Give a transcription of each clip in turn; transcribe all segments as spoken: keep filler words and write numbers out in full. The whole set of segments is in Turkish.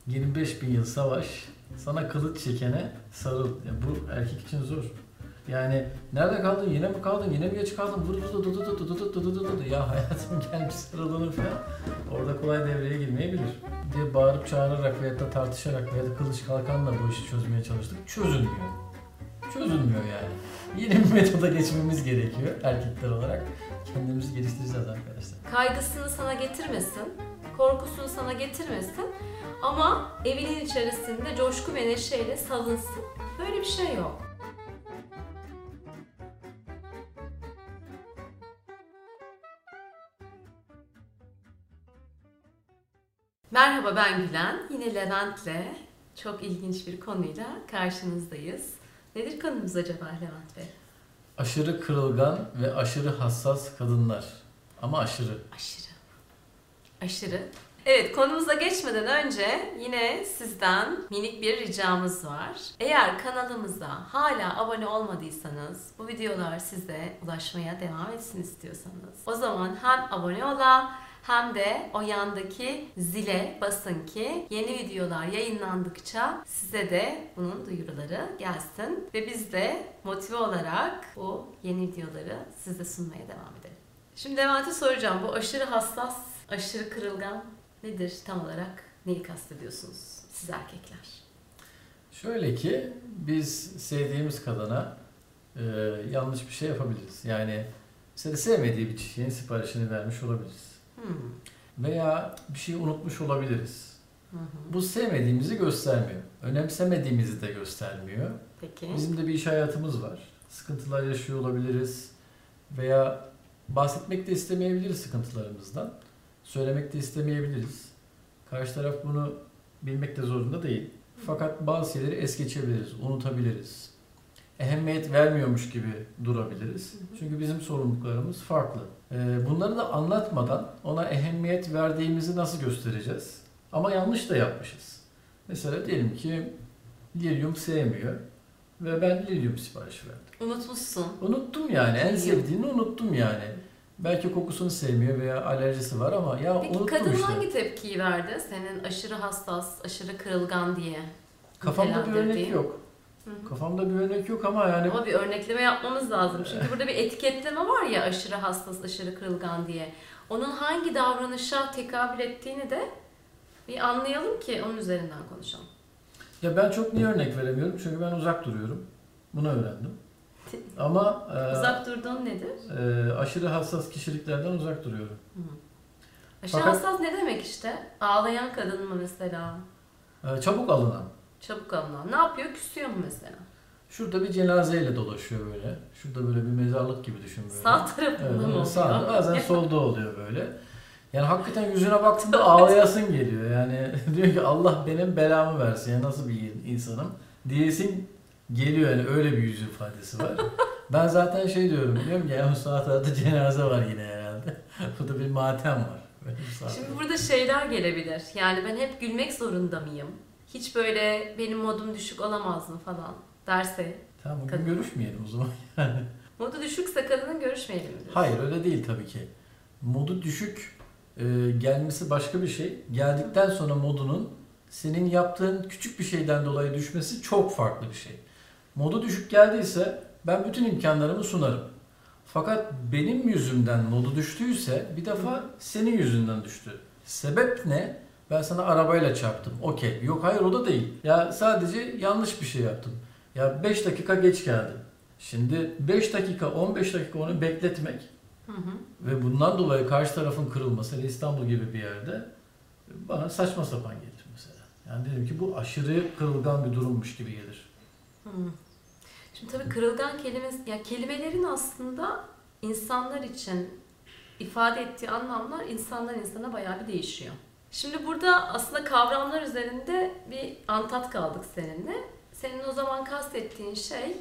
yirmi beş bin yıl savaş, sana kılıç çekene sarıl. Ya bu erkek için zor. Yani nerede kaldın, yine mi kaldın, yine mi geç kaldın, vur vur dı dı dı dı dı dı dı dı dı. Ya hayatım gelmiş sarılını falan. Orada kolay devreye girmeyebilir diye bağırıp çağırarak veya da tartışarak veya da kılıç kalkanla bu işi çözmeye çalıştık. Çözülmüyor. Çözülmüyor yani. Yeni bir metoda geçmemiz gerekiyor erkekler olarak. Kendimizi geliştireceğiz arkadaşlar. Kaygısını sana getirmesin, korkusunu sana getirmesin ama evinin içerisinde coşku ve neşeyle salınsın. Böyle bir şey yok. Merhaba, ben Gülen. Yine Levent'le çok ilginç bir konuyla karşınızdayız. Nedir konumuz acaba Levent Bey? Aşırı kırılgan ve aşırı hassas kadınlar. Ama aşırı. Aşırı. Aşırı. Evet, konumuza geçmeden önce yine sizden minik bir ricamız var. Eğer kanalımıza hala abone olmadıysanız, bu videolar size ulaşmaya devam etsin istiyorsanız, o zaman hem abone ola hem de o yandaki zile basın ki yeni videolar yayınlandıkça size de bunun duyuruları gelsin ve biz de motive olarak bu yeni videoları size sunmaya devam edelim. Şimdi Levent'e soracağım, bu aşırı hassas, aşırı kırılgan nedir tam olarak? Neyi kastediyorsunuz siz erkekler? Şöyle ki biz sevdiğimiz kadına e, yanlış bir şey yapabiliriz. Yani mesela sevmediği bir çiçeğin siparişini vermiş olabiliriz. Hmm. Veya bir şey unutmuş olabiliriz. Hı hı. Bu sevmediğimizi göstermiyor. Önemsemediğimizi de göstermiyor. Peki. Bizim de bir iş hayatımız var. Sıkıntılar yaşıyor olabiliriz. Veya bahsetmek de istemeyebiliriz sıkıntılarımızdan. Söylemek de istemeyebiliriz. Karşı taraf bunu bilmek de zorunda değil. Fakat bazı şeyleri es geçebiliriz, unutabiliriz. Ehemmiyet vermiyormuş gibi durabiliriz. Çünkü bizim sorumluluklarımız farklı. Bunları da anlatmadan ona ehemmiyet verdiğimizi nasıl göstereceğiz? Ama yanlış da yapmışız. Mesela diyelim ki lilyum sevmiyor ve ben lilyum siparişi verdim. Unutmuşsun. Unuttum yani. En sevdiğini unuttum yani. Belki kokusunu sevmiyor veya alerjisi var ama ya Peki, unuttum kadın işte. hangi tepkiyi verdi? Senin aşırı hassas, aşırı kırılgan diye. Kafamda bir örnek yok. Hı hı. Kafamda bir örnek yok ama yani... Ama bir örnekleme yapmamız lazım. Çünkü burada bir etiketleme var ya, aşırı hassas, aşırı kırılgan diye. Onun hangi davranışa tekabül ettiğini de bir anlayalım ki onun üzerinden konuşalım. Ya ben çok niye örnek veremiyorum? Çünkü ben uzak duruyorum. Bunu öğrendim. Ama e, uzak durduğun nedir? E, aşırı hassas kişiliklerden uzak duruyorum. Hı. Aşırı Fakat, hassas ne demek işte? Ağlayan kadın mı mesela? E, çabuk alınan. Çabuk alınan. Ne yapıyor? Küsüyor mu mesela? Şurada bir cenazeyle dolaşıyor böyle. Şurada böyle bir mezarlık gibi düşün böyle. Sağ tarafında evet, mı oluyor? Sağ, bazen solda oluyor böyle. Yani hakikaten yüzüne baktığında ağlayasın geliyor. Yani diyor ki Allah benim belamı versin. Yani nasıl bir insanım diyesin geliyor, yani öyle bir yüz ifadesi var. Ben zaten şey diyorum, diyorum ki ya sağ tarafta cenaze var yine herhalde. Burada bir matem var. Şimdi burada şeyler gelebilir. Yani ben hep gülmek zorunda mıyım? Hiç böyle benim modum düşük olamaz mı falan derse. Tamam, bugün kadın görüşmeyelim o zaman yani. Modu düşükse kadının görüşmeyelim mi? Hayır, öyle değil tabii ki. Modu düşük e, gelmesi başka bir şey. Geldikten sonra modunun senin yaptığın küçük bir şeyden dolayı düşmesi çok farklı bir şey. Modu düşük geldiyse ben bütün imkanlarımı sunarım. Fakat benim yüzümden modu düştüyse bir defa senin yüzünden düştü. Sebep ne? Ben sana arabayla çarptım. Okey. Yok hayır o da değil. Ya sadece yanlış bir şey yaptım. Ya beş dakika geç geldim. Şimdi beş dakika on beş dakika onu bekletmek hı hı. ve bundan dolayı karşı tarafın kırılması, İstanbul gibi bir yerde bana saçma sapan gelir mesela. Yani dedim ki bu aşırı kırılgan bir durummuş gibi gelir. Hı. Şimdi tabii kırılgan kelimesi, ya kelimelerin aslında insanlar için ifade ettiği anlamlar insandan insana bayağı bir değişiyor. Şimdi burada aslında kavramlar üzerinde bir antat kaldık seninle. Senin o zaman kastettiğin şey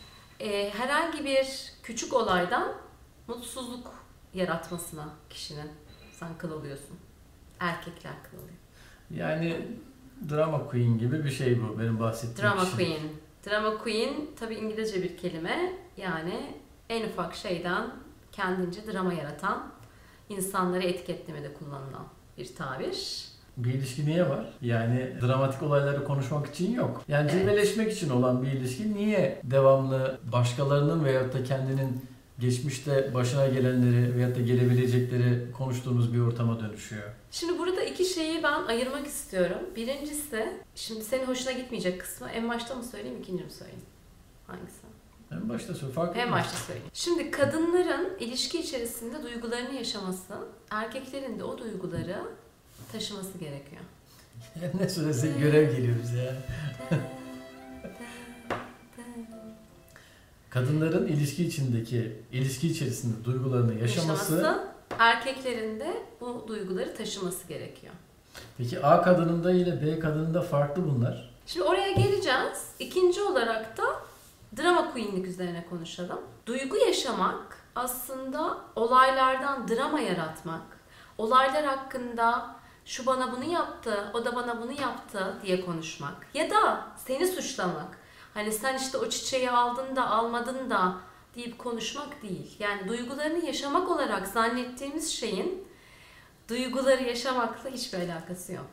e, herhangi bir küçük olaydan mutsuzluk yaratmasına kişinin sen kıl oluyorsun. Erkekler kıl oluyor. Yani drama queen gibi bir şey bu benim bahsettiğim Drama kişilik. queen. Drama queen tabii İngilizce bir kelime. Yani en ufak şeyden kendince drama yaratan, insanları etiketlemede kullanılan bir tabir. Bir ilişki niye var? Yani dramatik olayları konuşmak için yok. Yani Evet. cilveleşmek için olan bir ilişki niye devamlı başkalarının veyahut da kendinin geçmişte başına gelenleri veyahut da gelebilecekleri konuştuğumuz bir ortama dönüşüyor? Şimdi burada iki şeyi ben ayırmak istiyorum. Birincisi, şimdi senin hoşuna gitmeyecek kısmı en başta mı söyleyeyim, ikinci mi söyleyeyim? Hangisi? En başta söyle, farklı En mı? başta söyleyeyim. Şimdi kadınların ilişki içerisinde duygularını yaşaması, erkeklerin de o duyguları taşıması gerekiyor. Ne söylesek görev geliyor bize ya. Kadınların ilişki içindeki, ilişki içerisinde duygularını yaşaması, Yaşaması, erkeklerin de bu duyguları taşıması gerekiyor. peki A kadınında ile B kadınında farklı bunlar. Şimdi oraya geleceğiz. İkinci olarak da drama queenlik üzerine konuşalım. Duygu yaşamak aslında olaylardan drama yaratmak, olaylar hakkında şu bana bunu yaptı, o da bana bunu yaptı diye konuşmak ya da seni suçlamak. Hani sen işte o çiçeği aldın da almadın da deyip konuşmak değil. Yani duygularını yaşamak olarak zannettiğimiz şeyin duyguları yaşamakla hiçbir alakası yok.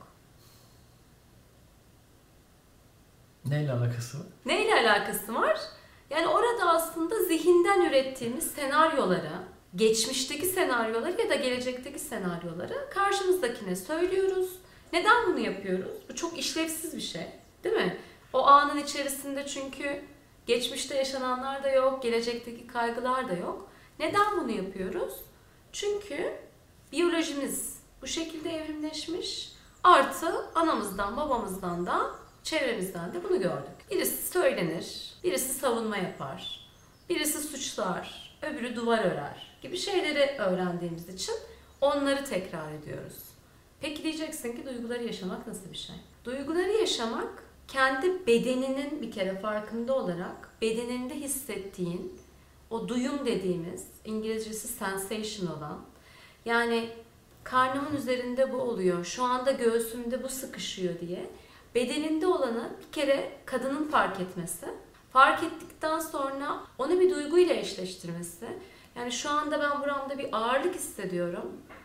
Neyle alakası var? Neyle alakası var? Yani orada aslında zihinden ürettiğimiz senaryoları, geçmişteki senaryoları ya da gelecekteki senaryoları karşımızdakine söylüyoruz. Neden bunu yapıyoruz? Bu çok işlevsiz bir şey, değil mi? O anın içerisinde çünkü geçmişte yaşananlar da yok, gelecekteki kaygılar da yok. Neden bunu yapıyoruz? Çünkü biyolojimiz bu şekilde evrimleşmiş. Artı anamızdan, babamızdan da, çevremizden de bunu gördük. Birisi söylenir, birisi savunma yapar, birisi suçlar, öbürü duvar örer gibi şeyleri öğrendiğimiz için onları tekrar ediyoruz. Peki diyeceksin ki duyguları yaşamak nasıl bir şey? Duyguları yaşamak kendi bedeninin bir kere farkında olarak bedeninde hissettiğin o duyum dediğimiz, İngilizcesi sensation olan, yani karnımın üzerinde bu oluyor, şu anda göğsümde bu sıkışıyor diye bedeninde olanı bir kere kadının fark etmesi, fark ettikten sonra onu bir duyguyla eşleştirmesi. Yani şu anda ben buramda bir ağırlık hissediyorum.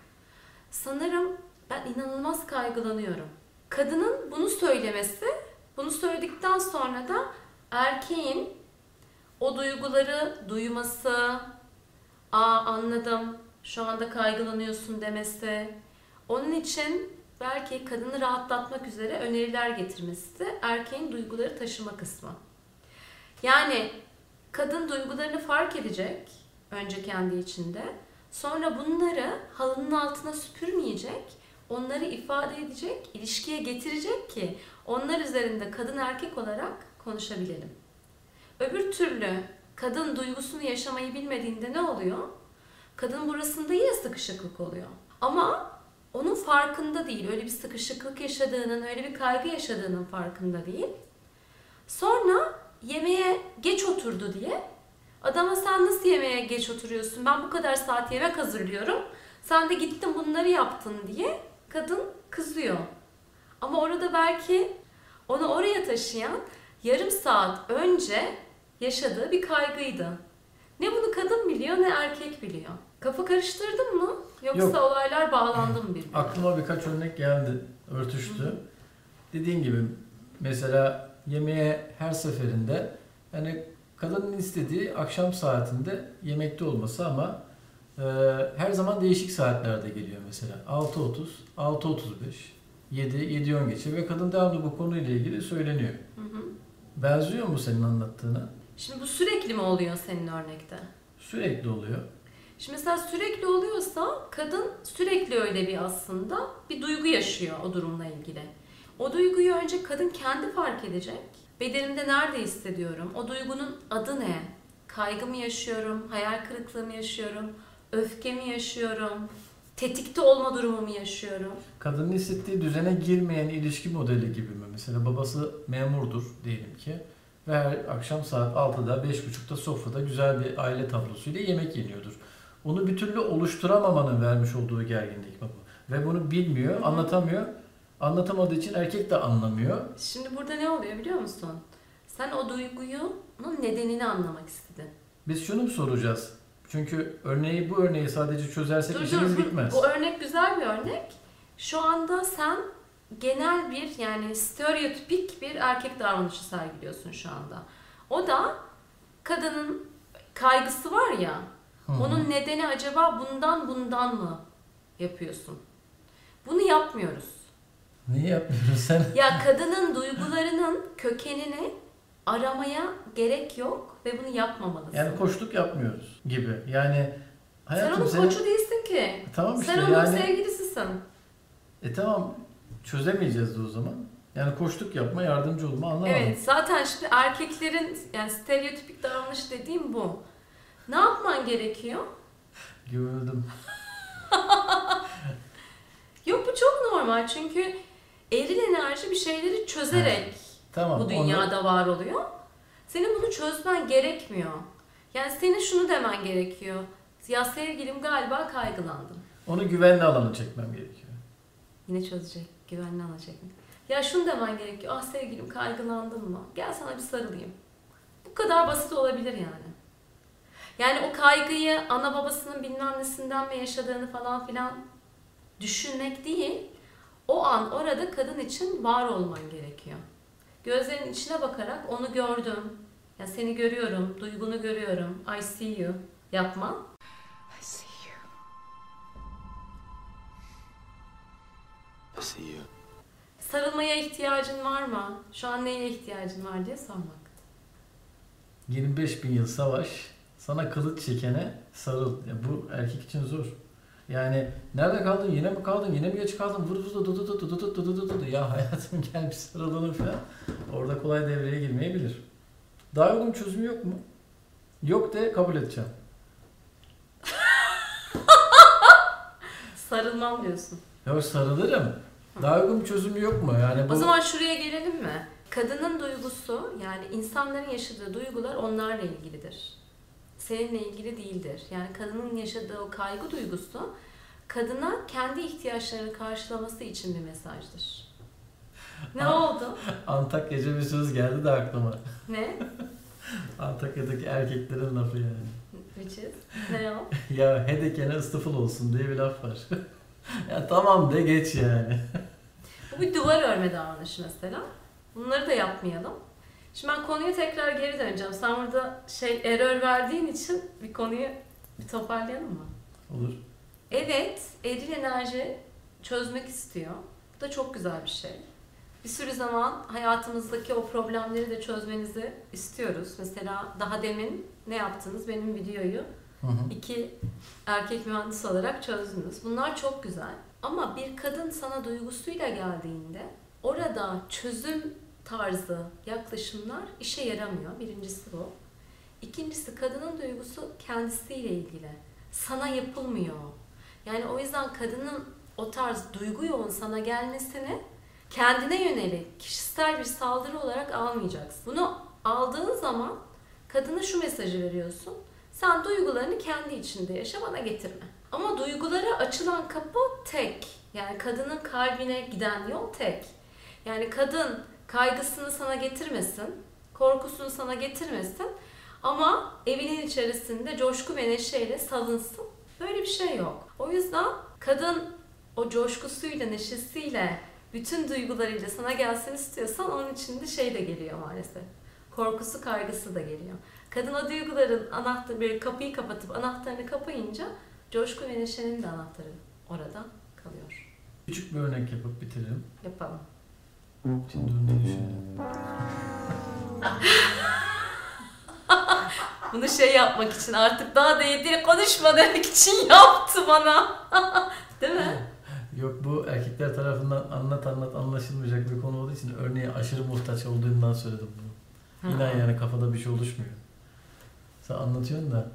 Sanırım ben inanılmaz kaygılanıyorum. Kadının bunu söylemesi, bunu söyledikten sonra da erkeğin o duyguları duyması, aa anladım, şu anda kaygılanıyorsun demesi, onun için belki kadını rahatlatmak üzere öneriler getirmesi de erkeğin duyguları taşıma kısmı. Yani kadın duygularını fark edecek, önce kendi içinde, sonra bunları halının altına süpürmeyecek, onları ifade edecek, ilişkiye getirecek ki onlar üzerinde kadın erkek olarak konuşabilelim. Öbür türlü kadın duygusunu yaşamayı bilmediğinde ne oluyor? Kadın burasında yine sıkışıklık oluyor. Ama onun farkında değil. Öyle bir sıkışıklık yaşadığının, öyle bir kaygı yaşadığının farkında değil. Sonra yemeğe geç oturdu diye adama sen nasıl yemeğe geç oturuyorsun? Ben bu kadar saat yemek hazırlıyorum. Sen de gittin bunları yaptın diye kadın kızıyor. Ama orada belki onu oraya taşıyan yarım saat önce yaşadığı bir kaygıydı. Ne bunu kadın biliyor ne erkek biliyor. Kafa karıştırdın mı? Yoksa Yok. olaylar bağlandı mı birbirine? Aklıma birkaç örnek geldi, örtüştü. Hı hı. Dediğin gibi mesela yemeğe her seferinde yani kadının istediği akşam saatinde yemekte olması ama e, her zaman değişik saatlerde geliyor mesela. altı otuz, altı otuz beş, yedi, yedi on geçe ve kadın devamlı bu konuyla ilgili söyleniyor. Hı hı. Benziyor mu senin anlattığına? Şimdi bu sürekli mi oluyor senin örnekte? Sürekli oluyor. Şimdi mesela sürekli oluyorsa kadın sürekli öyle bir aslında bir duygu yaşıyor o durumla ilgili. O duyguyu önce kadın kendi fark edecek. Bedenimde nerede hissediyorum? O duygunun adı ne? Kaygı mı yaşıyorum? Hayal kırıklığı mı yaşıyorum? Öfke mi yaşıyorum? Tetikte olma durumu mu yaşıyorum? Kadının hissettiği düzene girmeyen ilişki modeli gibi mi? Mesela babası memurdur diyelim ki. Ve her akşam saat altıda, beş buçukta sofrada güzel bir aile tablosuyla yemek yeniyordur. Onu bir türlü oluşturamamanın vermiş olduğu gerginlik mi bu? Ve bunu bilmiyor, anlatamıyor. Anlatamadığı için erkek de anlamıyor. Şimdi burada ne oluyor biliyor musun? Sen o duyguyun nedenini anlamak istedin. Biz şunu mu soracağız? Çünkü örneği bu örneği sadece çözersek Dur, işimiz dur, bitmez. Bu örnek güzel bir örnek. Şu anda sen genel bir yani stereotipik bir erkek davranışı sergiliyorsun şu anda. O da kadının kaygısı var ya, Hı-hı. onun nedeni acaba bundan bundan mı yapıyorsun? Bunu yapmıyoruz. Niye yapmıyorsun sen? Ya kadının duygularının kökenini aramaya gerek yok ve bunu yapmamalısın. Yani koçluk yapmıyoruz gibi. Yani sen hayatım onun senin... koçu değilsin ki. Tamam işte sen onun yani... sevgilisisin. E tamam, çözemeyeceğiz de o zaman. Yani koçluk yapma, yardımcı olma, anlamadım. Evet, zaten şimdi erkeklerin yani stereotipik davranış dediğim bu. Ne yapman gerekiyor? Gördüm. Yok, bu çok normal çünkü eril enerji bir şeyleri çözerek Tamam, bu dünyada onu... var oluyor. Senin bunu çözmen gerekmiyor. Yani senin şunu demen gerekiyor. Ya sevgilim galiba kaygılandım. Onu güvenli alana çekmem gerekiyor. Yine çözecek, güvenli alacak. Ya şunu demen gerekiyor. Ah sevgilim kaygılandın mı? Gel sana bir sarılayım. Bu kadar basit olabilir yani. Yani o kaygıyı ana babasının bilmem nesinden mi yaşadığını falan filan düşünmek değil. O an orada kadın için var olman gerekiyor. Gözlerinin içine bakarak onu gördüm. Ya seni görüyorum, duygunu görüyorum. I see you. Yapma. I see you. I see you. Sarılmaya ihtiyacın var mı? Şu an neye ihtiyacın var diye sormak. yirmi beş bin yıl savaş, sana kılıç çekene sarıl. Ya bu erkek için zor. Yani nerede kaldın, yine mi kaldın, yine mi geç kaldın, vur vur dı dı dı dı dı dı dı dı dı. Ya hayatım gel bir sarılalım falan. Orada kolay devreye girmeyebilir. Daha uygun çözüm yok mu? Yok de kabul edeceğim. Sarılmam diyorsun. Yok sarılırım. Daha uygun bir çözüm yok mu? Yani bu... O zaman şuraya gelelim mi? Kadının duygusu, yani insanların yaşadığı duygular onlarla ilgilidir. Seninle ilgili değildir. Yani kadının yaşadığı o kaygı duygusu kadına kendi ihtiyaçlarını karşılaması için bir mesajdır. Ne oldu? Antakya'ca bir söz geldi de aklıma. Ne? Antakya'daki erkeklerin lafı yani. Which is? Ne o? Ya hedekene ıstıfıl olsun diye bir laf var. Ya tamam de geç yani. Bu bir duvar örme davranışı mesela. Bunları da yapmayalım. Şimdi ben konuya tekrar geri döneceğim. Sen burada şey error verdiğin için bir konuyu bir toparlayalım mı? Olur. Evet, eril enerji çözmek istiyor. Bu da çok güzel bir şey. Bir sürü zaman hayatımızdaki o problemleri de çözmenizi istiyoruz. Mesela daha demin ne yaptınız? Benim videoyu Hı hı. iki erkek mühendis olarak çözdünüz. Bunlar çok güzel. Ama bir kadın sana duygusuyla geldiğinde orada çözüm tarzı yaklaşımlar işe yaramıyor. Birincisi bu. İkincisi kadının duygusu kendisiyle ilgili. Sana yapılmıyor. Yani o yüzden kadının o tarz duygu yoğun sana gelmesini kendine yönelik kişisel bir saldırı olarak almayacaksın. Bunu aldığın zaman kadına şu mesajı veriyorsun. Sen duygularını kendi içinde yaşa, bana getirme. Ama duygulara açılan kapı tek. Yani kadının kalbine giden yol tek. Yani kadın kaygısını sana getirmesin, korkusunu sana getirmesin ama evinin içerisinde coşku ve neşeyle salınsın. Böyle bir şey yok. O yüzden kadın o coşkusuyla, neşesiyle, bütün duygularıyla sana gelsin istiyorsan onun içinde şey de geliyor maalesef. Korkusu, kaygısı da geliyor. Kadın o duyguların anahtarı, böyle kapıyı kapatıp anahtarını kapayınca coşku ve neşenin de anahtarı orada kalıyor. Küçük bir örnek yapıp bitirelim. Yapalım. Şimdi dur ne düşünelim? Bunu şey yapmak için, artık daha da yediri konuşma demek için yaptı bana. Değil mi? Yok, bu erkekler tarafından anlat anlat anlaşılmayacak bir konu olduğu için örneğe aşırı muhtaç olduğundan söyledim bunu. İnan yani kafada bir şey oluşmuyor. Sen anlatıyorsun da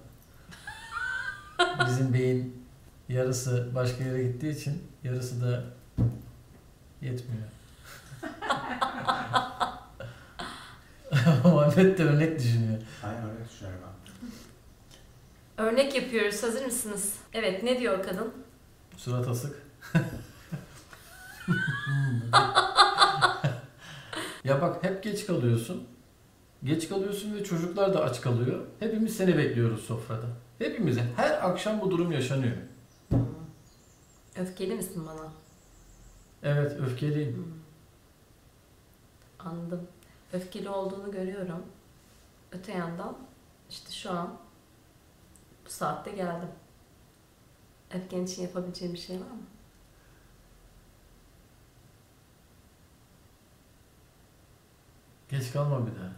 bizim beyin yarısı başka yere gittiği için yarısı da yetmiyor. Muhammed de örnek düşünüyor. Aynen öyle düşünüyorum ben. Örnek yapıyoruz. Hazır mısınız? Evet, ne diyor kadın? Surat asık. Ya bak, hep geç kalıyorsun. Geç kalıyorsun ve çocuklar da aç kalıyor. Hepimiz seni bekliyoruz sofrada. Hepimize her akşam bu durum yaşanıyor. Öfkeli misin bana? Evet, öfkeliyim. Hmm. Anladım. Öfkeli olduğunu görüyorum. Öte yandan işte şu an bu saatte geldim. Öfken için yapabileceğim bir şey var mı? Geç kalma bir daha.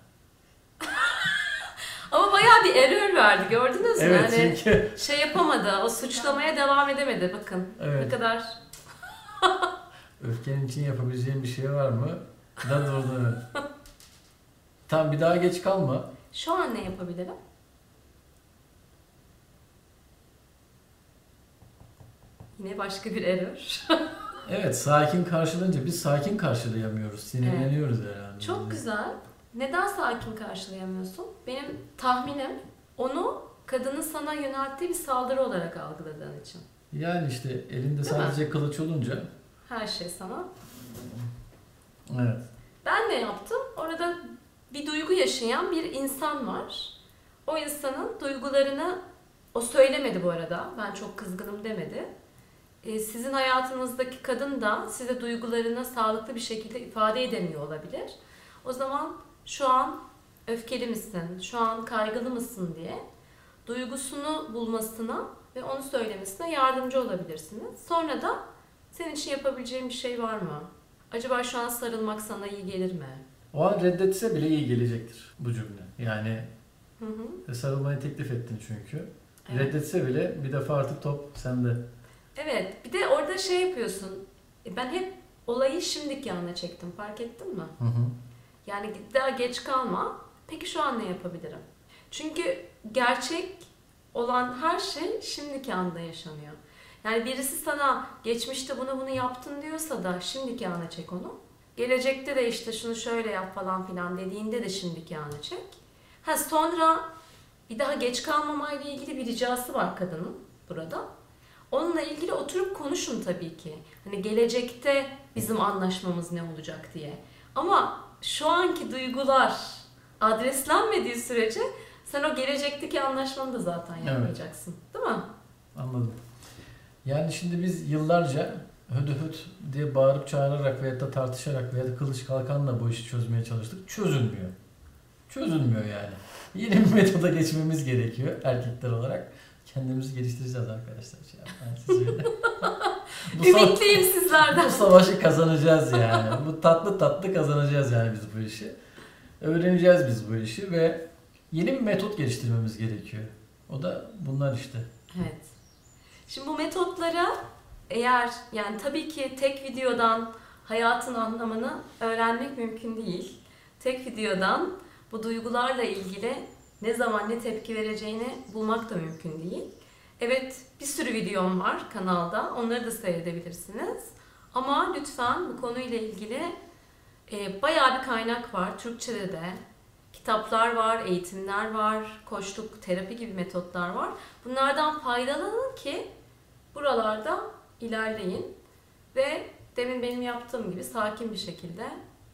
Ama bayağı bir error verdi, gördünüz mü? Evet, hani çünkü... şey yapamadı, o suçlamaya devam edemedi. Bakın Evet. ne kadar... Öfkenin için yapabileceğim bir şey var mı? Da durdu. Tamam, bir daha geç kalma. Şu an ne yapabilirim? Yine başka bir error. Evet, sakin karşılayınca biz sakin karşılayamıyoruz. Sinirleniyoruz herhalde. Çok güzel. Neden sakin karşılayamıyorsun? Benim tahminim onu kadının sana yönelttiği bir saldırı olarak algıladığın için. Yani işte elinde Değil sadece kılıç olunca. Her şey sana. Evet. Ben ne yaptım? Orada bir duygu yaşayan bir insan var. O insanın duygularını o söylemedi bu arada. Ben çok kızgınım demedi. Ee, sizin hayatınızdaki kadın da size duygularını sağlıklı bir şekilde ifade edemiyor olabilir. O zaman şu an öfkeli misin, şu an kaygılı mısın diye duygusunu bulmasına ve onu söylemesine yardımcı olabilirsiniz. Sonra da senin için yapabileceğin bir şey var mı? Acaba şu an sarılmak sana iyi gelir mi? O an reddetse bile iyi gelecektir bu cümle. Yani Hı hı. sarılmayı teklif ettin çünkü. Evet. Reddetse bile bir defa artık top sende. Evet, bir de orada şey yapıyorsun. E, Ben hep olayı şimdiki ana çektim, fark ettin mi? Hı hı. Yani daha geç kalma. Peki şu an ne yapabilirim? Çünkü gerçek olan her şey şimdiki anda yaşanıyor. Yani birisi sana geçmişte bunu bunu yaptın diyorsa da şimdiki ana çek onu. Gelecekte de işte şunu şöyle yap falan filan dediğinde de şimdiki ana çek. Ha sonra bir daha geç kalmamayla ilgili bir ricası var kadının burada. Onunla ilgili oturup konuşun tabii ki. Hani gelecekte bizim anlaşmamız ne olacak diye. Ama şu anki duygular adreslenmediği sürece sen o gelecekteki anlaşmanı da zaten yapmayacaksın. Değil mi? Anladım. Yani şimdi biz yıllarca hödü höt diye bağırıp çağırarak veya da tartışarak veya da kılıç kalkanla bu işi çözmeye çalıştık. Çözülmüyor. Çözülmüyor yani. Yeni bir metoda geçmemiz gerekiyor erkekler olarak. Kendimizi geliştireceğiz arkadaşlar. Şey ben size bu Ümitliyim sizlerden. Bu savaşı kazanacağız yani. Bu tatlı tatlı kazanacağız yani biz bu işi. Öğreneceğiz biz bu işi ve yeni bir metot geliştirmemiz gerekiyor. O da bunlar işte. Evet. Şimdi bu metotlara eğer yani tabii ki tek videodan hayatın anlamını öğrenmek mümkün değil. Tek videodan bu duygularla ilgili ne zaman ne tepki vereceğini bulmak da mümkün değil. Evet, bir sürü videom var kanalda. Onları da seyredebilirsiniz. Ama lütfen bu konuyla ilgili e, bayağı bir kaynak var. Türkçe'de de kitaplar var, eğitimler var, koçluk, terapi gibi metotlar var. Bunlardan faydalanın ki buralarda ilerleyin. Ve demin benim yaptığım gibi sakin bir şekilde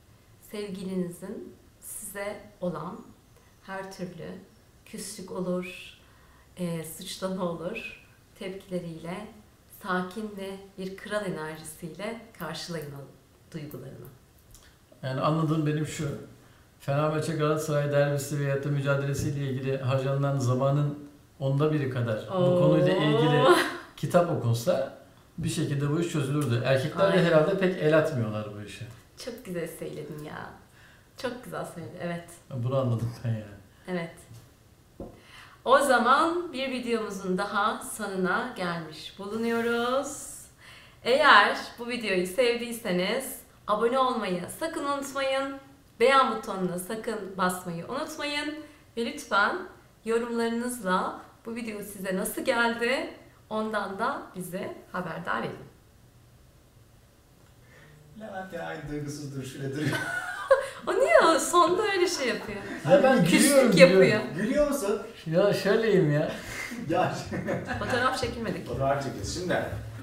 sevgilinizin size olan her türlü küslük olur, e, suçlama olur, tepkileriyle sakin ve bir kral enerjisiyle karşılayın o duygularını. Yani anladığım benim şu, Fenerbahçe Galatasaray derbisi veyahut da mücadelesiyle ilgili harcanan zamanın onda biri kadar Oo. bu konuyla ilgili kitap okunsa bir şekilde bu iş çözülürdü. Erkekler de Aynen. herhalde pek el atmıyorlar bu işe. Çok güzel söyledin ya. Çok güzel söyledin, evet. Bunu anladım ben yani. Evet. O zaman bir videomuzun daha sonuna gelmiş bulunuyoruz. Eğer bu videoyu sevdiyseniz abone olmayı sakın unutmayın. Beğen butonuna sakın basmayı unutmayın. Ve lütfen yorumlarınızla bu video size nasıl geldi ondan da bize haberdar edin. Levent ya aynı duygusuz duruşuyla duruyor. O niye o sonda öyle şey yapıyor? Ya ben gülüyorum, Küslük yapıyor. gülüyorum. Gülüyor musun? Ya şöyleyim ya. Ya Fotoğraf çekilmedik. fotoğraf çekiyoruz. Şimdi